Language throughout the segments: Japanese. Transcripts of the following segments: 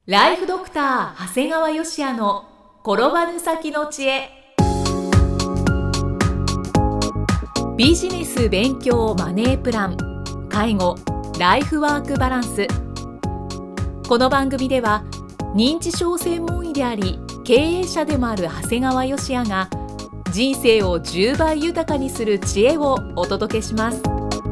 ライフドクター長谷川芳也の転ばぬ先の知恵。ビジネス勉強マネープラン、介護、ライフワークバランス。この番組では認知症専門医であり経営者でもある長谷川芳也が人生を10倍豊かにする知恵をお届けします。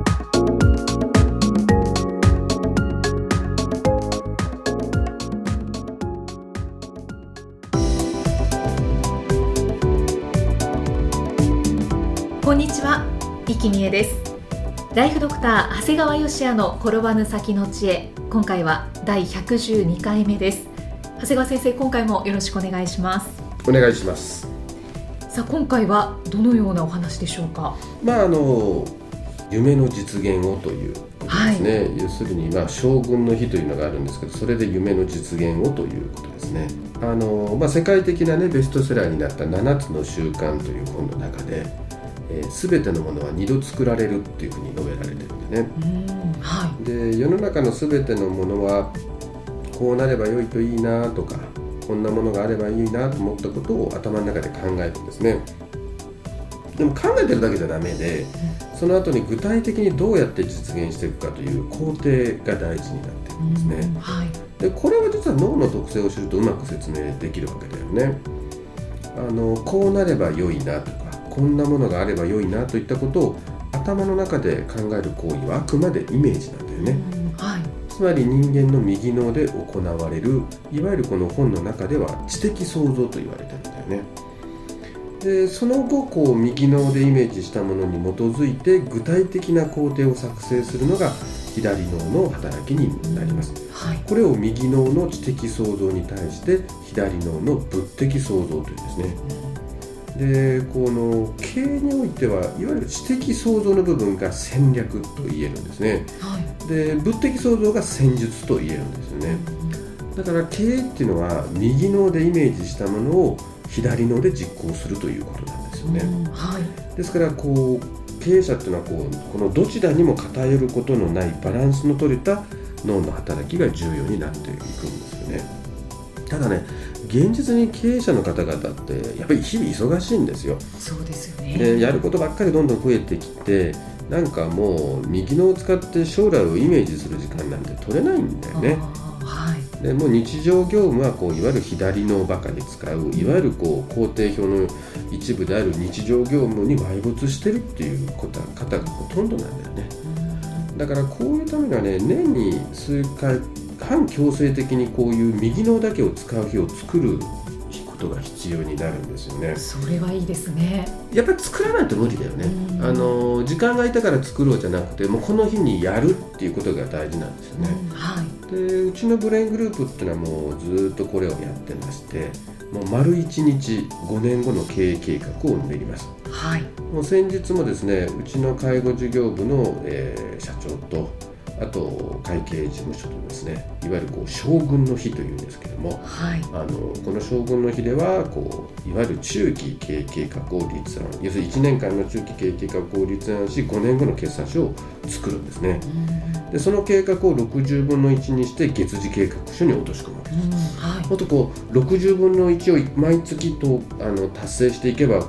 こんにちは、生きみえです。ライフドクター長谷川芳也の転ばぬ先の知恵、今回は第112回目です。長谷川先生、今回もよろしくお願いします。 お願いします。 さあ、今回はどのようなお話でしょうか。 夢の実現をということですね、要するに、将軍の日というのがあるんですけど、それで夢の実現をということですね。世界的な、ベストセラーになった7つの習慣という本の中で、全てのものは2度作られるっていうふうに述べられてるんでね。で、世の中の全てのものはこうなれば良いといいなとか、こんなものがあればいいなと思ったことを頭の中で考えるんですね。でも考えてるだけじゃダメで、その後に具体的にどうやって実現していくかという工程が大事になっているんですね。で、これは実は脳の特性を知るとうまく説明できるわけだよね。こうなれば良いなとか、こんなものがあれば良いなといったことを頭の中で考える行為はあくまでイメージなんだよね。つまり人間の右脳で行われる、いわゆるこの本の中では知的創造と言われてるんだよね。で、その後右脳でイメージしたものに基づいて具体的な工程を作成するのが左脳の働きになります。これを右脳の知的創造に対して左脳の物的創造というんですね。で、この経営においてはいわゆる知的創造の部分が戦略と言えるんですね。で、物的創造が戦術と言えるんですよね。だから経営っていうのは右脳でイメージしたものを左脳で実行するということなんですよね。ですから経営者っていうのはこのどちらにも偏ることのないバランスの取れた脳の働きが重要になっていくんですよね。ただね、現実に経営者の方々ってやっぱり日々忙しいんですよ。 そうですよね。 で、やることばっかりどんどん増えてきて、なんかもう右脳を使って将来をイメージする時間なんて取れないんだよね。でもう日常業務はいわゆる左脳ばかり使う、いわゆる工程表の一部である日常業務に埋没してるっていう方がほとんどなんだよね。だからこういうためにはね、年に数回反強制的にこういう右脳だけを使う日を作ることが必要になるんですよね。 それはいいですね。 やっぱり作らないと無理だよね。時間が空いたから作ろうじゃなくて、もうこの日にやるっていうことが大事なんですよね。で、うちのブレイングループっていうのはもうずっとこれをやってまして、もう丸1日5年後の経営計画を練ります。もう先日もですね、うちの介護事業部の、社長と、あと会計事務所とですね、いわゆる将軍の日というんですけども、この将軍の日ではいわゆる中期経営計画を立案、要するに1年間の中期経営計画を立案し、5年後の決算書を作るんですね。で、その計画を60分の1にして月次計画書に落とし込むわけです。もっと60分の1を毎月と達成していけば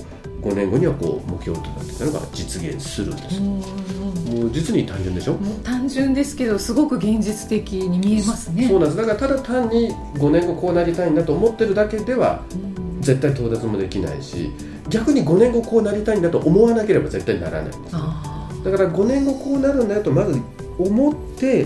5年後には目標となっていたのが実現するんです。もう実に単純でしょ。 もう単純ですけど、すごく現実的に見えますね。 そうなんです。だからただ単に5年後こうなりたいんだと思ってるだけでは絶対到達もできないし、逆に5年後こうなりたいんだと思わなければ絶対ならないんですよ。だから5年後こうなるんだよとまず思って、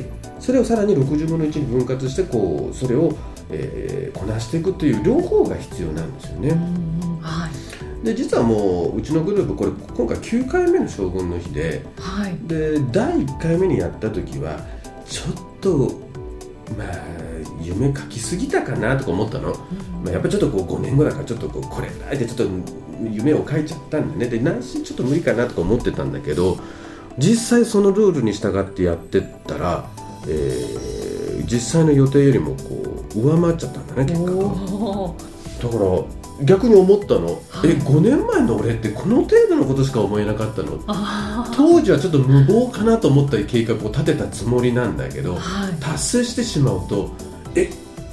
それをさらに60分の1に分割してそれを、こなしていくという両方が必要なんですよね。で、実はもううちのグループ今回9回目の将軍の日で、で第1回目にやった時はちょっと夢書きすぎたかなとか思ったの。やっぱりちょっと5年後だからちょっとこれぐらいでちょっと夢を書いちゃったんだね。で、内心ちょっと無理かなとか思ってたんだけど、実際そのルールに従ってやってったら、実際の予定よりも上回っちゃったんだね、結果が。だから逆に思ったの、5年前の俺ってこの程度のことしか思えなかったの。当時はちょっと無謀かなと思った計画を立てたつもりなんだけど、達成してしまうと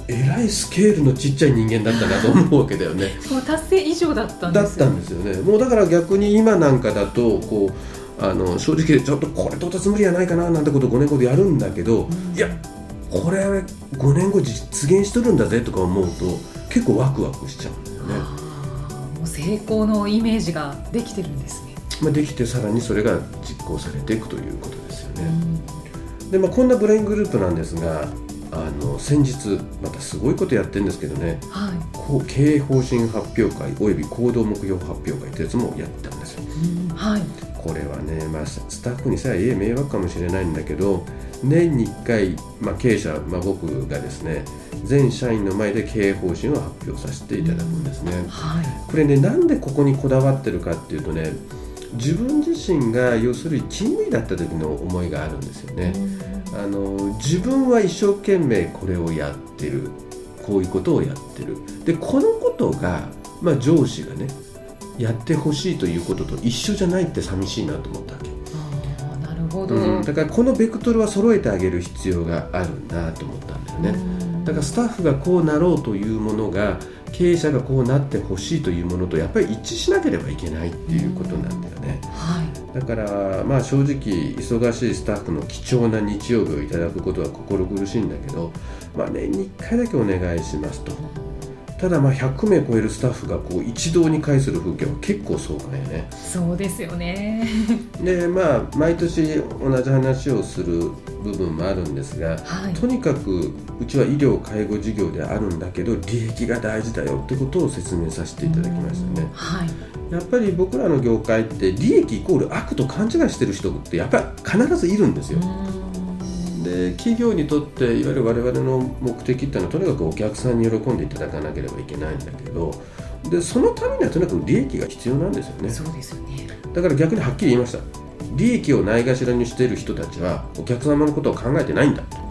えらいスケールのちっちゃい人間だったなと思うわけだよねもう達成以上だったんですよ。 だったんですよね。もうだから逆に今なんかだとこう正直ちょっとこれ到達無理やないかななんてことを5年後でやるんだけど、いやこれ5年後実現しとるんだぜとか思うと結構ワクワクしちゃうんだよね。 もう成功のイメージができてるんですね。 できてさらにそれが実行されていくということですよね。で、こんなブレイングループなんですが先日またすごいことやってるんですけどね、経営方針発表会および行動目標発表会というやつもやったんですよ。これはね、スタッフにさえ迷惑かもしれないんだけど年に1回、経営者、僕がですね全社員の前で経営方針を発表させていただくんですね。これね、なんでここにこだわってるかっていうとね、自分自身が要するに勤務医だった時の思いがあるんですよね。自分は一生懸命これをやってる、こういうことをやってる。でこのことが、上司がねやってほしいということと一緒じゃないって寂しいなと思ったわけ。 なるほど、 だからこのベクトルは揃えてあげる必要があるなと思ったんだよね。だからスタッフがこうなろうというものが経営者がこうなってほしいというものとやっぱり一致しなければいけないっていうことなんだよね。だから正直忙しいスタッフの貴重な日曜日をいただくことは心苦しいんだけど、年に1回だけお願いしますと。ただ100名超えるスタッフがこう一堂に会する風景は結構そうかね。 そうですよねで毎年同じ話をする部分もあるんですが、とにかくうちは医療介護事業であるんだけど利益が大事だよってことを説明させていただきましたね。やっぱり僕らの業界って利益イコール悪と勘違いしてる人ってやっぱり必ずいるんですよ。で企業にとっていわゆる我々の目的っていうのはとにかくお客さんに喜んでいただかなければいけないんだけど、でそのためにはとにかく利益が必要なんですよね。 そうですよね。 だから逆にはっきり言いました。利益をないがしらにしている人たちはお客様のことを考えてないんだと。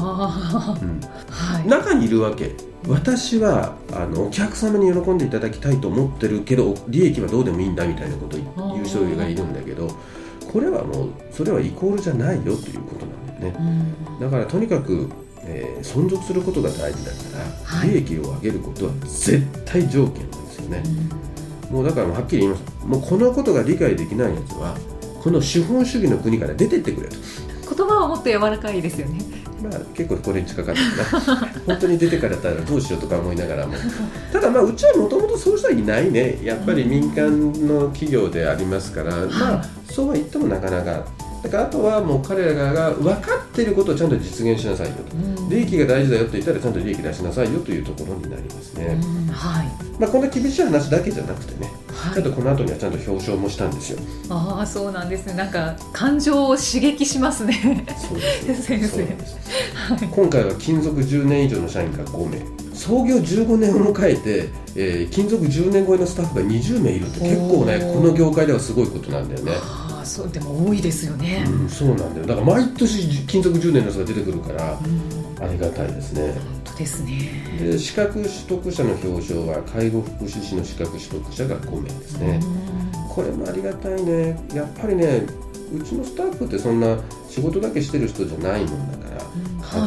中にいるわけ。私はお客様に喜んでいただきたいと思ってるけど利益はどうでもいいんだみたいなことを言う人がいるんだけど、これはもうそれはイコールじゃないよということなんだよね。だからとにかく、存続することが大事だから、利益を上げることは絶対条件なんですよね。もうだからはっきり言います。もうこのことが理解できないやつはこの資本主義の国から出てってくれと。 言葉はもっと柔らかいですよね。 結構これに近かったな本当に出てからだったらどうしようとか思いながらもただうちはもともとそういう人はいないね。やっぱり民間の企業でありますから、そうは言ってもなかなかだからあとはもう彼らが分かっていることをちゃんと実現しなさいよと、利益が大事だよと言ったらちゃんと利益出しなさいよというところになりますね。こんな厳しい話だけじゃなくてね、ちゃんとこの後にはちゃんと表彰もしたんですよ。 そうなんですね。なんか感情を刺激しますね。 そうですね。先生、今回は勤続10年以上の社員が5名、創業15年を迎えて、勤続10年超えのスタッフが20名いるって結構ね、この業界ではすごいことなんだよね。 そうでも多いですよね。 そうなんだよ。だから毎年勤続10年の人が出てくるから、ありがたいですね。 本当ですね。 で資格取得者の表彰は介護福祉士の資格取得者が5名ですね。これもありがたいね。やっぱりね、うちのスタッフってそんな仕事だけしてる人じゃないもんだから、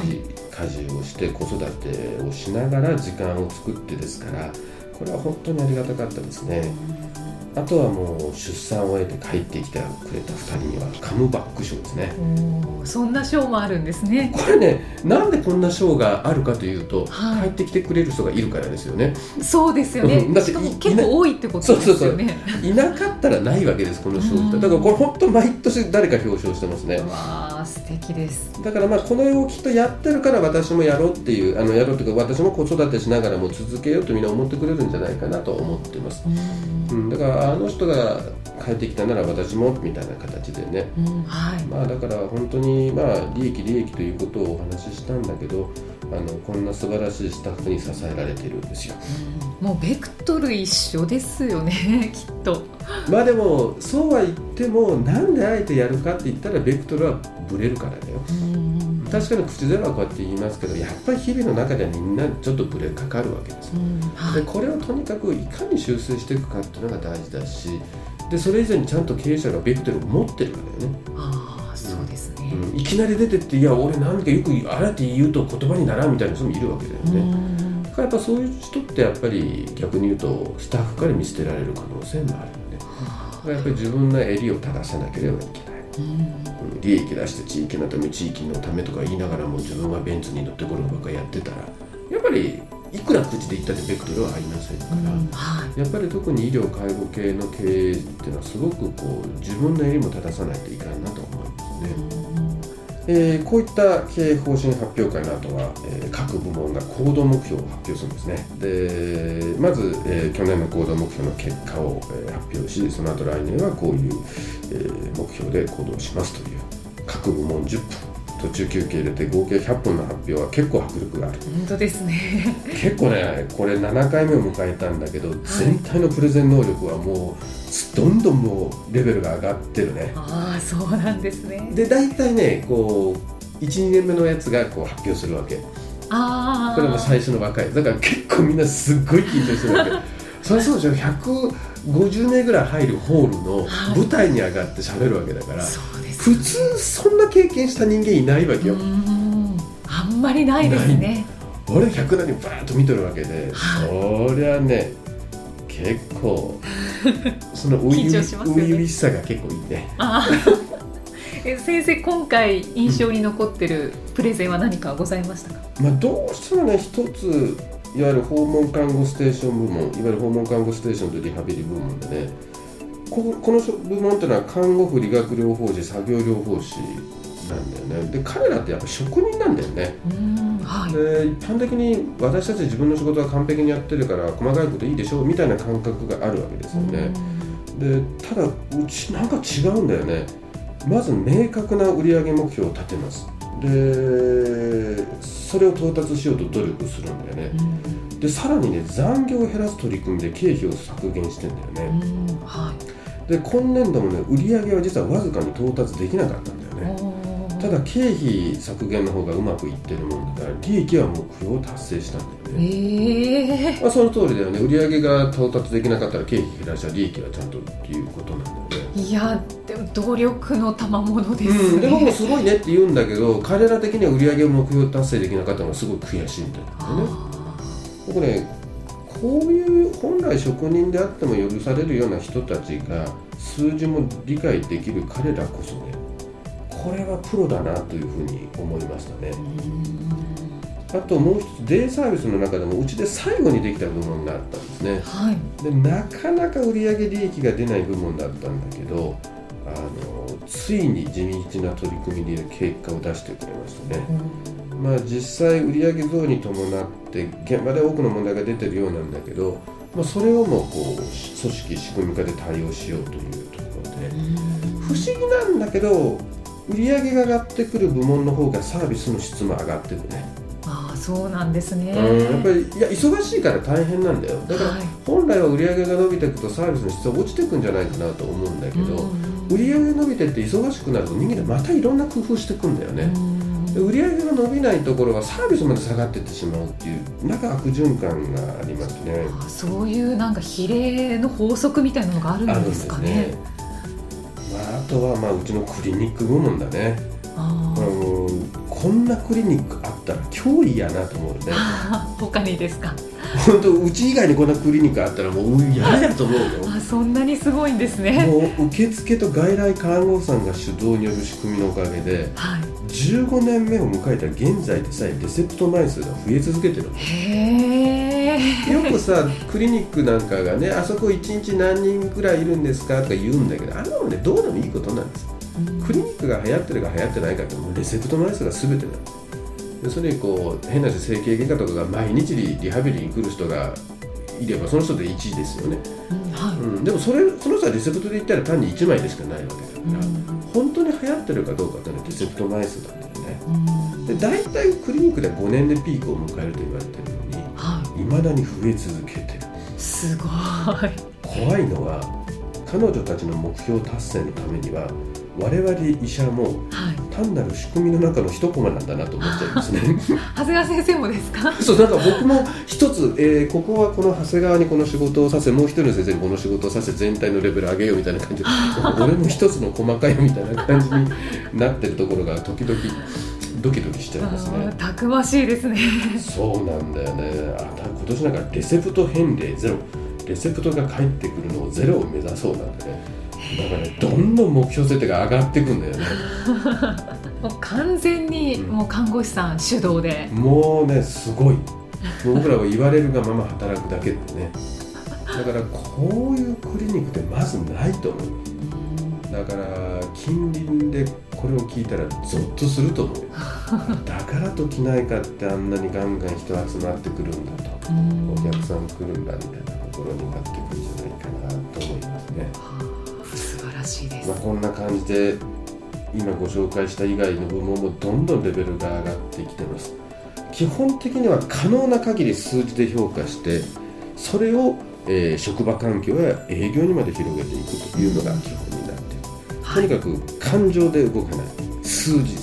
家事をして子育てをしながら時間を作ってですから、これは本当にありがたかったですね。あとはもう出産を終えて帰ってきてくれた2人にはカムバック賞ですね。 そんな賞もあるんですね。 これね、なんでこんな賞があるかというと、帰ってきてくれる人がいるからですよね。 そうですよね。しかも結構多いってことですよね。 いなかったらないわけです、この賞って。だからこれ本当毎年誰か表彰してますね。 素敵です。 だからこの絵をきっとやってるから私もやろうっていうやろうというか、私も子育てしながらも続けようとみんな思ってくれるんじゃないかなと思ってます。だからあの人が帰ってきたなら私もみたいな形でね、だから本当に利益ということをお話ししたんだけど、こんな素晴らしいスタッフに支えられてるんですよ。 もうベクトル一緒ですよねきっと。 でもそうは言っても、なんであえてやるかって言ったらベクトルはブレるからだよ。確かに口ではこうやって言いますけど、やっぱり日々の中ではみんなちょっとブレかかるわけです。でこれをとにかくいかに修正していくかっていうのが大事だし、でそれ以前にちゃんと経営者がベクトルを持ってるわけだよね。 そうですね。 いきなり出てって、いや俺なんかよくあえて言うと言葉にならんみたいな人もいるわけだよね。だからやっぱそういう人ってやっぱり逆に言うとスタッフから見捨てられる可能性もあるよね。だからやっぱり自分の襟を正さなければいけない。利益出して地域のため地域のためとか言いながらも自分はベンツに乗ってゴルフばっかりやってたら、やっぱりいくら口で言ったってベクトルはありませんから、やっぱり特に医療介護系の経営っていうのはすごくこう自分の襟も正さないといかんなと思いますね。こういった経営方針発表会の後は、各部門が行動目標を発表するんですね。でまず、去年の行動目標の結果を、発表し、その後来年はこういう、目標で行動しますという、各部門10分途中休憩入れて合計100分の発表は結構迫力がある。 本当ですね。 結構ね、これ7回目を迎えたんだけど、全体のプレゼン能力はもうどんどんもうレベルが上がってるね。 ああ、そうなんですね。 で大体ね、こう 1,2 年目のやつがこう発表するわけ。これも最初の若いだから結構みんなすっごい緊張してるわけ。そりゃそうでしょ、150名ぐらい入るホールの舞台に上がって喋るわけだから、 そうです、 普通そんな経験した人間いないわけよ。 あんまりないですね。 俺100人バーッと見てるわけで、そりゃね結構その初々しさが結構いいね。 先生、今回印象に残ってるプレゼンは何かございましたか？ どうしてもね、一ついわゆる訪問看護ステーション部門、いわゆる訪問看護ステーションとリハビリ部門でね、この部門というのは看護婦、理学療法士、作業療法士なんだよね。で彼らってやっぱ職人なんだよね。で一般的に私たち自分の仕事は完璧にやってるから細かいこといいでしょみたいな感覚があるわけですよね。でただうちなんか違うんだよね。まず明確な売上目標を立てます。でそれを到達しようと努力するんだよね。でさらにね、残業を減らす取り組みで経費を削減してんだよね。で今年度もね、売上は実はわずかに到達できなかったんだよね。ただ経費削減の方がうまくいってるもんだから利益は目標を達成したんだよね。その通りだよね。売上が到達できなかったら経費減らしたら利益はちゃんとっていうことなんだよね。 いやでも努力の賜物ですね。 で僕もすごいねって言うんだけど、彼ら的には売上目標達成できなかったのがすごい悔しいみたいなんだよね。僕ね、こういう本来職人であっても許されるような人たちが数字も理解できる彼らこそね、これはプロだなというふうに思いましたね。あともう一つ、デイサービスの中でもうちで最後にできた部門があったんですね。でなかなか売上利益が出ない部門だったんだけど、ついに地道な取り組みで結果を出してくれましたね。実際売上増に伴って現場で多くの問題が出てるようなんだけど、それをもこう組織仕組み化で対応しようというところで、不思議なんだけど売上が上がってくる部門の方がサービスの質も上がってくるね。 そうなんですね。 やっぱり忙しいから大変なんだよ。だから本来は売上が伸びていくとサービスの質は落ちていくんじゃないかなと思うんだけど、売上が伸びてって忙しくなると人間でまたいろんな工夫していくんだよね。で売上が伸びないところはサービスまで下がっていってしまうっていうなんか悪循環がありますね。 そういうなんか比例の法則みたいなのがあるんですかね。 あとはうちのクリニック部門だね。こんなクリニックあったら脅威やなと思うね。 他にですか？ 本当うち以外にこんなクリニックあったらもう嫌だと思うよ。 そんなにすごいんですね。 もう受付と外来看護師さんが主導による仕組みのおかげで、15年目を迎えた現在でさえレセプト枚数が増え続けてる。よくさクリニックなんかがね、あそこ1日何人くらいいるんですかとか言うんだけど、あんなのねどうでもいいことなんです。クリニックが流行ってるか流行ってないかってもうレセプト枚数が全てなんです。でそれにこう変な整形外科とかが毎日リハビリに来る人がいればその人で1位ですよね。でもその人はレセプトで言ったら単に1枚でしかないわけだから、本当に流行ってるかどうかっていうのはレセプト枚数なんだよね。で大体クリニックで5年でピークを迎えると言われてるのに、未だに増え続けてる。 すごい。 怖いのは彼女たちの目標達成のためには売我々医者も単なる仕組みの中の一コマなんだなと思っちゃいますね長谷川先生もですか？ そう、なんか僕も一つ、ここはこの長谷川にこの仕事をさせ、もう一人の先生にこの仕事をさせ、全体のレベル上げようみたいな感じで俺も一つの細かいみたいな感じになってるところが時々ドキドキしちゃいますね。 たくましいですね。 そうなんだよね。今年なんかレセプト返礼ゼロ、レセプトが返ってくるのをゼロを目指そうなんでね。だからね、どんどん目標設定が上がっていくんだよねもう完全にもう看護師さん主導で、 もうね、すごい。僕らは言われるがまま働くだけでね。だからこういうクリニックってまずないと思う。だから近隣でこれを聞いたらゾッとすると思うよだからと機内科ってあんなにガンガン人集まってくるんだと、お客さん来るんだみたいなところになってくるんじゃないかなと思いますね。 素晴らしいです。 こんな感じで今ご紹介した以外の部門もどんどんレベルが上がってきてます。基本的には可能な限り数字で評価して、それを、職場環境や営業にまで広げていくというのが基本になっている。とにかく感情で動かない、数字、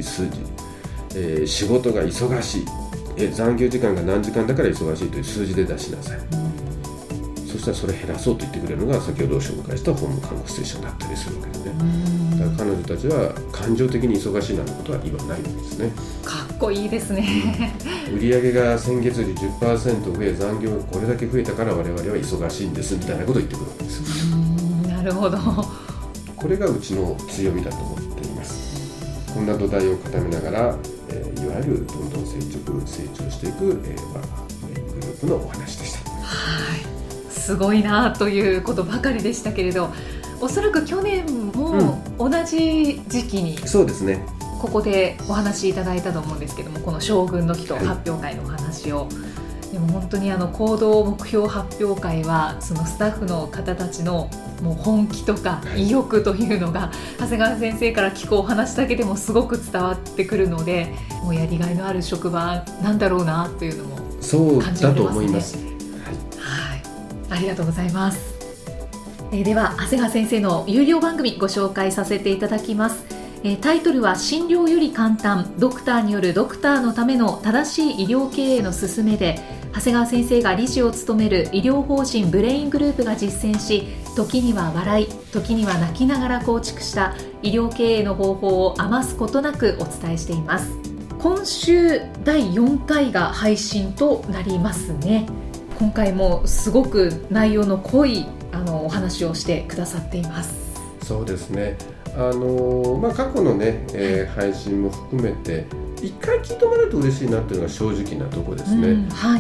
仕事が忙しい、残業時間が何時間だから忙しいという数字で出しなさい。そしたらそれ減らそうと言ってくれるのが先ほど紹介したホーム看護ステーションだったりするわけでね。だから彼女たちは感情的に忙しいなんてことは言わないわけですね。 かっこいいですね、 売上が先月より 10% 増え、残業がこれだけ増えたから我々は忙しいんですみたいなことを言ってくるわけですよ。 なるほど。 これがうちの強みだと思っています。こんな土台を固めながら、いわゆるどんどん成長していく、グループのお話でした。 はい、すごいなということばかりでしたけれど、おそらく去年も同じ時期に、 そうですね、 ここでお話しいただいたと思うんですけども、この将軍の木と発表会のお話を、でも本当に行動目標発表会はそのスタッフの方たちのもう本気とか意欲というのが、長谷川先生から聞くお話だけでもすごく伝わってくるので、もうやりがいのある職場なんだろうなというのも感じられますね。 そうだと思います。 はい、ありがとうございます。では長谷川先生の有料番組ご紹介させていただきます。タイトルは診療より簡単、ドクターによるドクターのための正しい医療経営の勧めで、長谷川先生が理事を務める医療法人ブレイングループが実践し、時には笑い、時には泣きながら構築した医療経営の方法を余すことなくお伝えしています。今週第4回が配信となりますね。今回もすごく内容の濃いお話をしてくださっています。 そうですね、過去のね、配信も含めて一回聞いてもらうと嬉しいなっていうのが正直なところですね。 はい、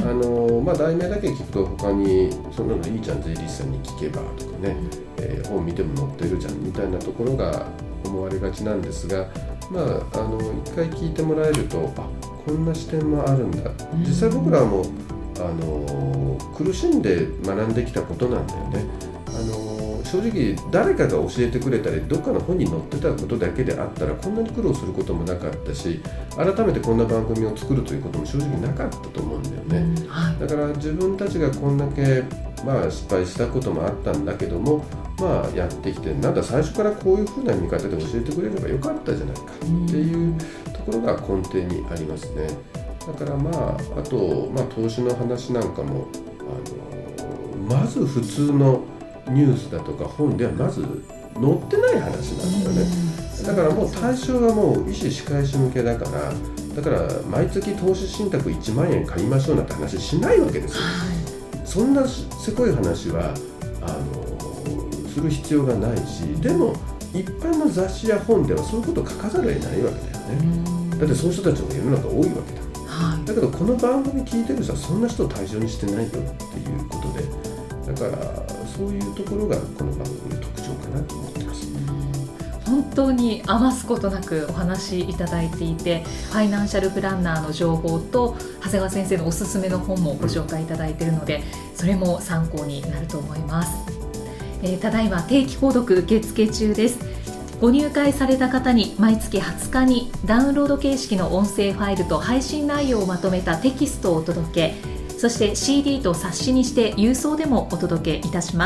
題名だけ聞くと他にそんなのいいじゃん、税理士さんに聞けばとかね、本見ても載ってるじゃんみたいなところが思われがちなんですが、一回聞いてもらえると、こんな視点もあるんだ、実際僕らも苦しんで学んできたことなんだよね。正直誰かが教えてくれたりどっかの本に載ってたことだけであったらこんなに苦労することもなかったし、改めてこんな番組を作るということも正直なかったと思うんだよね。だから自分たちがこんだけ、失敗したこともあったんだけども、やってきて、なんだ最初からこういうふうな見方で教えてくれればよかったじゃないかっていうところが根底にありますね。だからあと、投資の話なんかもまず普通のニュースだとか本ではまず載ってない話なんだよね。だからもう対象はもう医師・歯科医師向けだから、だから毎月投資信託1万円買いましょうなんて話しないわけですよ。そんなせこい話はする必要がないし、でも一般の雑誌や本ではそういうことを書かざるを得ないわけだよね。だってそういう人たちも世の中多いわけだ。だけどこの番組聞いてる人はそんな人を対象にしてないよっていうことで、だからそういうところがこの番組の特徴かなと思ってます。 本当に余すことなくお話しいただいていて、ファイナンシャルプランナーの情報と長谷川先生のおすすめの本もご紹介いただいているので、それも参考になると思います。ただいま定期購読受付中です。ご入会された方に毎月20日にダウンロード形式の音声ファイルと配信内容をまとめたテキストをお届け、そして CD と冊子にして郵送でもお届けいたします。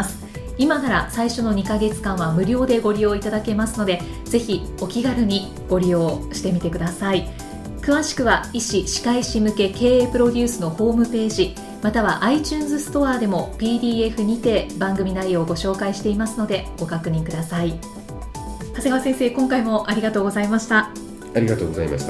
今なら最初の2ヶ月間は無料でご利用いただけますので、ぜひお気軽にご利用してみてください。詳しくは医師・歯科医師向け経営プロデュースのホームページ、または iTunes ストアでも PDF にて番組内容をご紹介していますのでご確認ください。長谷川先生、今回もありがとうございました。 ありがとうございました。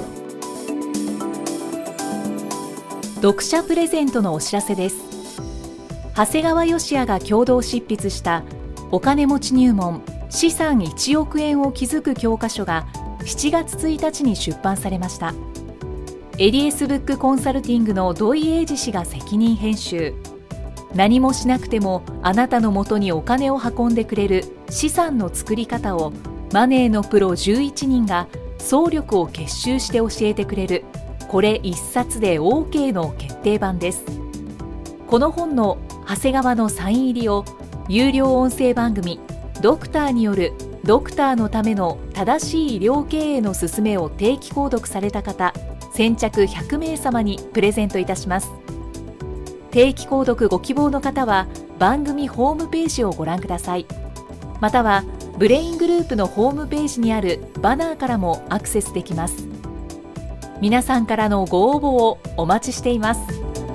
読者プレゼントのお知らせです。長谷川芳也が共同執筆したお金持ち入門資産1億円を築く教科書が7月1日に出版されました。エリエスブックコンサルティングの土井英二氏が責任編集。何もしなくてもあなたの元にお金を運んでくれる資産の作り方をマネーのプロ11人が総力を結集して教えてくれる、これ一冊で OK の決定版です。この本の長谷川のサイン入りを有料音声番組ドクターによるドクターのための正しい医療経営の勧めを定期購読された方先着100名様にプレゼントいたします。定期購読ご希望の方は番組ホームページをご覧ください。またはブレイングループのホームページにあるバナーからもアクセスできます。皆さんからのご応募をお待ちしています。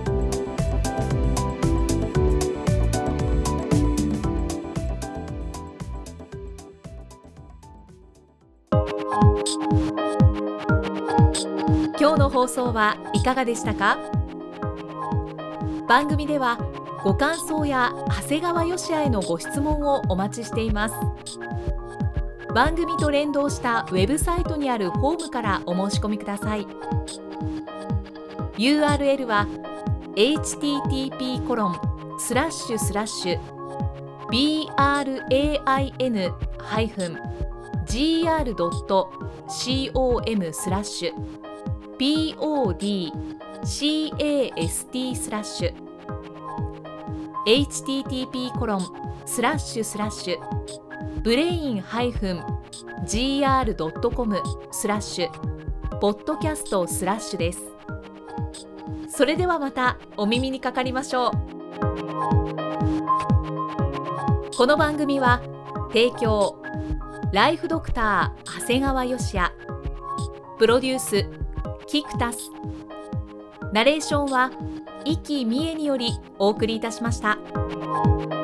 今日の放送はいかがでしたか？番組ではご感想や長谷川芳也へのご質問をお待ちしています。番組と連動したウェブサイトにあるフォームからお申し込みください。URL は http://brain-brain-brain-gr.com/podcast/ です。それではまたお耳にかかりましょう。この番組は提供ライフドクター長谷川芳也、プロデュースキクタス、ナレーションは生きみえによりお送りいたしました。